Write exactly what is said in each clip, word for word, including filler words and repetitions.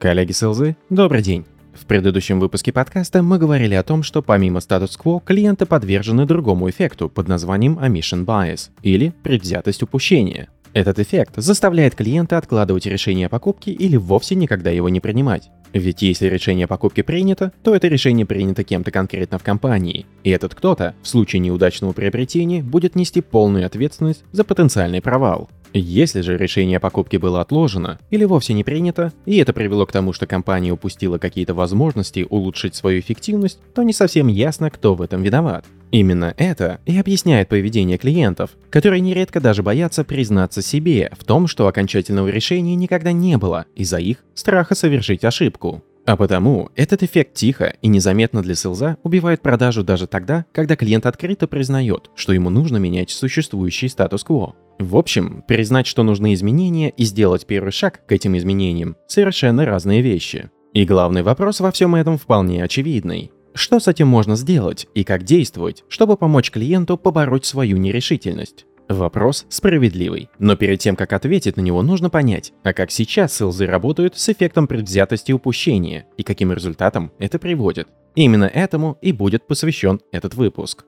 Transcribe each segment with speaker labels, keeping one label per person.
Speaker 1: Коллеги селзы, добрый день! В предыдущем выпуске подкаста мы говорили о том, что помимо статус-кво, клиенты подвержены другому эффекту под названием omission bias, или предвзятость упущения. Этот эффект заставляет клиента откладывать решение о покупке или вовсе никогда его не принимать. Ведь если решение о покупке принято, то это решение принято кем-то конкретно в компании, и этот кто-то в случае неудачного приобретения будет нести полную ответственность за потенциальный провал. Если же решение о покупке было отложено или вовсе не принято, и это привело к тому, что компания упустила какие-то возможности улучшить свою эффективность, то не совсем ясно, кто в этом виноват. Именно это и объясняет поведение клиентов, которые нередко даже боятся признаться себе в том, что окончательного решения никогда не было из-за их страха совершить ошибку. А потому этот эффект тихо и незаметно для селза убивает продажу даже тогда, когда клиент открыто признает, что ему нужно менять существующий статус-кво. В общем, признать, что нужны изменения, и сделать первый шаг к этим изменениям – совершенно разные вещи. И главный вопрос во всем этом вполне очевидный. Что с этим можно сделать и как действовать, чтобы помочь клиенту побороть свою нерешительность? Вопрос справедливый, но перед тем, как ответить на него, нужно понять, а как сейчас селзы работают с эффектом предвзятости упущения и каким результатам это приводит. Именно этому и будет посвящен этот выпуск.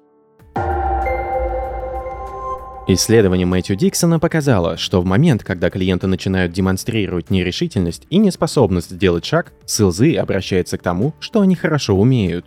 Speaker 1: Исследование Мэтью Диксона показало, что в момент, когда клиенты начинают демонстрировать нерешительность и неспособность сделать шаг, селзы обращаются к тому, что они хорошо умеют.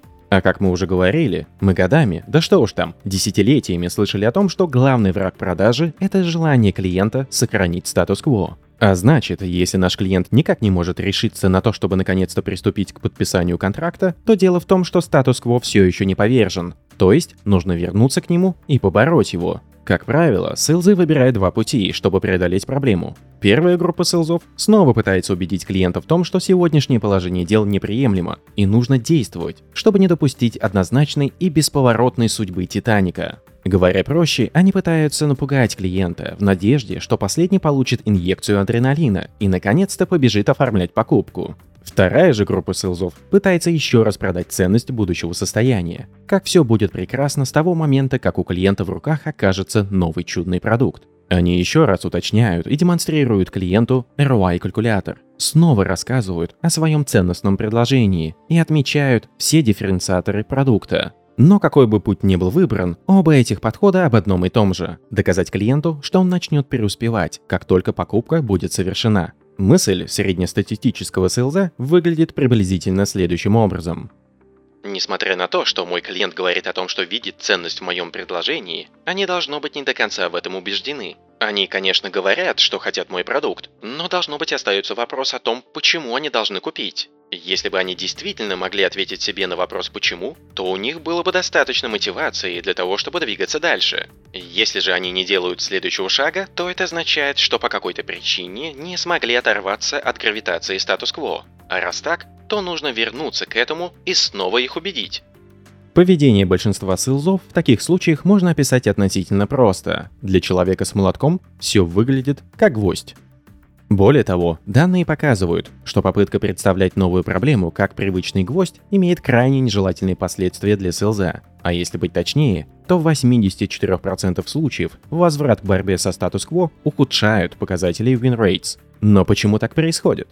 Speaker 1: А как мы уже говорили, мы годами, да что уж там, десятилетиями слышали о том, что главный враг продажи – это желание клиента сохранить статус-кво. А значит, если наш клиент никак не может решиться на то, чтобы наконец-то приступить к подписанию контракта, то дело в том, что статус-кво все еще не повержен. То есть, нужно вернуться к нему и побороть его. Как правило, селзы выбирают два пути, чтобы преодолеть проблему. Первая группа селзов снова пытается убедить клиента в том, что сегодняшнее положение дел неприемлемо, и нужно действовать, чтобы не допустить однозначной и бесповоротной судьбы Титаника. Говоря проще, они пытаются напугать клиента в надежде, что последний получит инъекцию адреналина и наконец-то побежит оформлять покупку. Вторая же группа селзов пытается еще раз продать ценность будущего состояния. Как все будет прекрасно с того момента, как у клиента в руках окажется новый чудный продукт. Они еще раз уточняют и демонстрируют клиенту эр о ай-калькулятор, снова рассказывают о своем ценностном предложении и отмечают все дифференциаторы продукта. Но какой бы путь ни был выбран, оба этих подхода об одном и том же – доказать клиенту, что он начнет преуспевать, как только покупка будет совершена. Мысль среднестатистического селза выглядит приблизительно следующим образом.
Speaker 2: Несмотря на то, что мой клиент говорит о том, что видит ценность в моем предложении, они, должно быть, не до конца в этом убеждены. Они, конечно, говорят, что хотят мой продукт, но, должно быть, остается вопрос о том, почему они должны купить. Если бы они действительно могли ответить себе на вопрос «почему», то у них было бы достаточно мотивации для того, чтобы двигаться дальше. Если же они не делают следующего шага, то это означает, что по какой-то причине не смогли оторваться от гравитации статус-кво. А раз так, то нужно вернуться к этому и снова их убедить.
Speaker 1: Поведение большинства селзов в таких случаях можно описать относительно просто. Для человека с молотком все выглядит как гвоздь. Более того, данные показывают, что попытка представлять новую проблему как привычный гвоздь имеет крайне нежелательные последствия для селза. А если быть точнее, то в восемьдесят четыре процента случаев возврат к борьбе со статус-кво ухудшают показатели win rates. Но почему так происходит?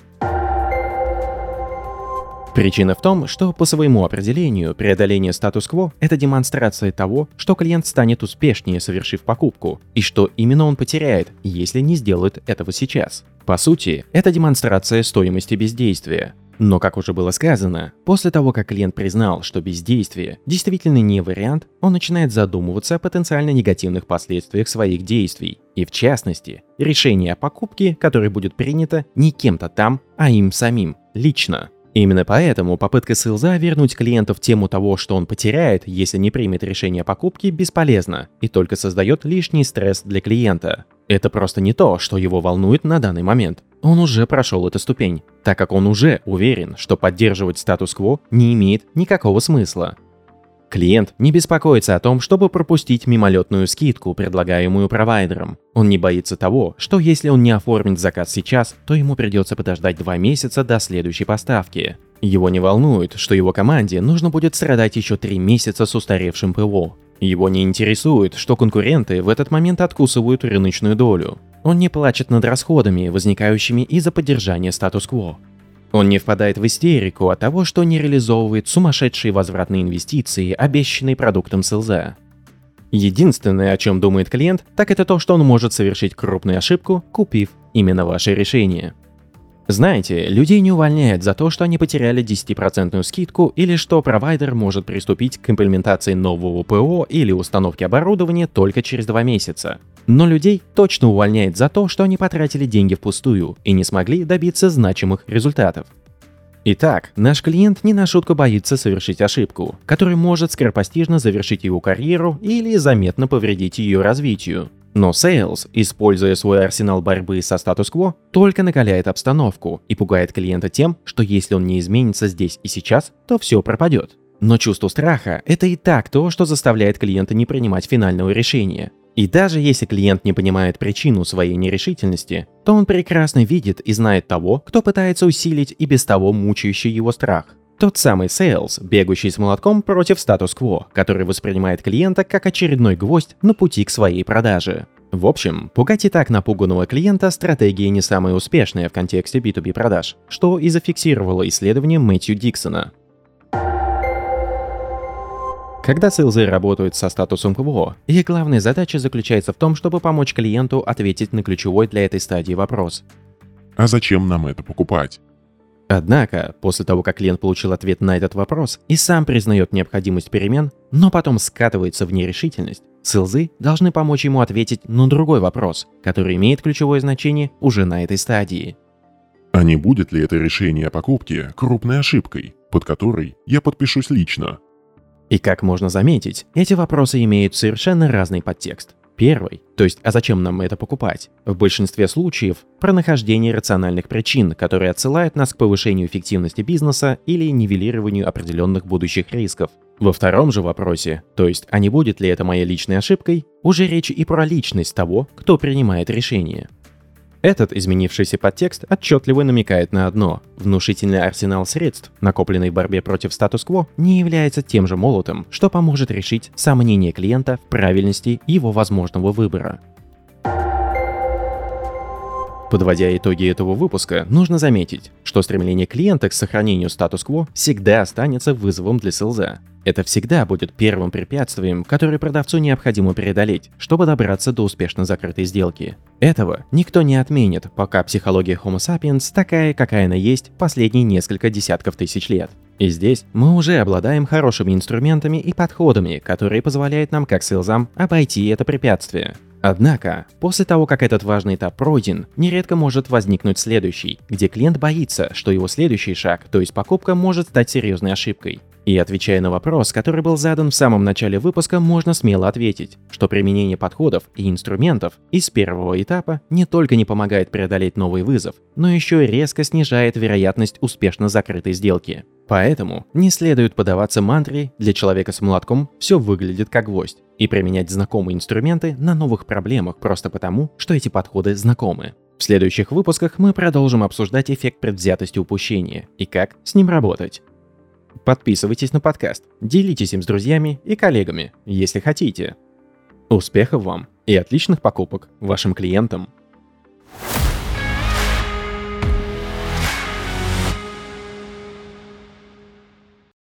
Speaker 1: Причина в том, что по своему определению преодоление статус-кво – это демонстрация того, что клиент станет успешнее, совершив покупку, и что именно он потеряет, если не сделает этого сейчас. По сути, это демонстрация стоимости бездействия. Но, как уже было сказано, после того, как клиент признал, что бездействие действительно не вариант, он начинает задумываться о потенциально негативных последствиях своих действий. И в частности, решение о покупке, которое будет принято не кем-то там, а им самим, лично. Именно поэтому попытка селза вернуть клиента в тему того, что он потеряет, если не примет решение о покупке, бесполезна и только создает лишний стресс для клиента. Это просто не то, что его волнует на данный момент. Он уже прошел эту ступень, так как он уже уверен, что поддерживать статус-кво не имеет никакого смысла. Клиент не беспокоится о том, чтобы пропустить мимолетную скидку, предлагаемую провайдером. Он не боится того, что если он не оформит заказ сейчас, то ему придется подождать два месяца до следующей поставки. Его не волнует, что его команде нужно будет страдать еще три месяца с устаревшим ПО. Его не интересует, что конкуренты в этот момент откусывают рыночную долю. Он не плачет над расходами, возникающими из-за поддержания статус-кво. Он не впадает в истерику от того, что не реализовывает сумасшедшие возвратные инвестиции, обещанные продуктом селза. Единственное, о чем думает клиент, так это то, что он может совершить крупную ошибку, купив именно ваше решение. Знаете, людей не увольняют за то, что они потеряли десятипроцентную скидку или что провайдер может приступить к имплементации нового ПО или установке оборудования только через два месяца. Но людей точно увольняет за то, что они потратили деньги впустую и не смогли добиться значимых результатов. Итак, наш клиент не на шутку боится совершить ошибку, которая может скоропостижно завершить его карьеру или заметно повредить ее развитию. Но Sales, используя свой арсенал борьбы со статус-кво, только накаляет обстановку и пугает клиента тем, что если он не изменится здесь и сейчас, то все пропадет. Но чувство страха – это и так то, что заставляет клиента не принимать финального решения. И даже если клиент не понимает причину своей нерешительности, то он прекрасно видит и знает того, кто пытается усилить и без того мучающий его страх. Тот самый Sales, бегущий с молотком против статус-кво, который воспринимает клиента как очередной гвоздь на пути к своей продаже. В общем, пугать и так напуганного клиента стратегия не самая успешная в контексте би ту би продаж, что и зафиксировало исследование Мэтью Диксона. Когда селзы работают со статусом кво, их главная задача заключается в том, чтобы помочь клиенту ответить на ключевой для этой стадии вопрос.
Speaker 3: А зачем нам это покупать?
Speaker 1: Однако, после того, как клиент получил ответ на этот вопрос и сам признает необходимость перемен, но потом скатывается в нерешительность, селзы должны помочь ему ответить на другой вопрос, который имеет ключевое значение уже на этой стадии.
Speaker 3: А не будет ли это решение о покупке крупной ошибкой, под которой я подпишусь лично?
Speaker 1: И как можно заметить, эти вопросы имеют совершенно разный подтекст. Первый, то есть «а зачем нам это покупать?», в большинстве случаев про нахождение рациональных причин, которые отсылают нас к повышению эффективности бизнеса или нивелированию определенных будущих рисков. Во втором же вопросе, то есть «а не будет ли это моей личной ошибкой?», уже речь и про личность того, кто принимает решение. Этот изменившийся подтекст отчетливо намекает на одно – внушительный арсенал средств, накопленный в борьбе против статус-кво, не является тем же молотом, что поможет решить сомнение клиента в правильности его возможного выбора. Подводя итоги этого выпуска, нужно заметить, что стремление клиента к сохранению статус-кво всегда останется вызовом для селза. Это всегда будет первым препятствием, которое продавцу необходимо преодолеть, чтобы добраться до успешно закрытой сделки. Этого никто не отменит, пока психология Homo sapiens такая, какая она есть последние несколько десятков тысяч лет. И здесь мы уже обладаем хорошими инструментами и подходами, которые позволяют нам, как селзам, обойти это препятствие. Однако, после того, как этот важный этап пройден, нередко может возникнуть следующий, где клиент боится, что его следующий шаг, то есть покупка, может стать серьезной ошибкой. И отвечая на вопрос, который был задан в самом начале выпуска, можно смело ответить, что применение подходов и инструментов из первого этапа не только не помогает преодолеть новый вызов, но еще и резко снижает вероятность успешно закрытой сделки. Поэтому не следует поддаваться мантре «для человека с молотком все выглядит как гвоздь» и применять знакомые инструменты на новых проблемах просто потому, что эти подходы знакомы. В следующих выпусках мы продолжим обсуждать эффект предвзятости упущения и как с ним работать. Подписывайтесь на подкаст, делитесь им с друзьями и коллегами, если хотите. Успехов вам и отличных покупок вашим клиентам!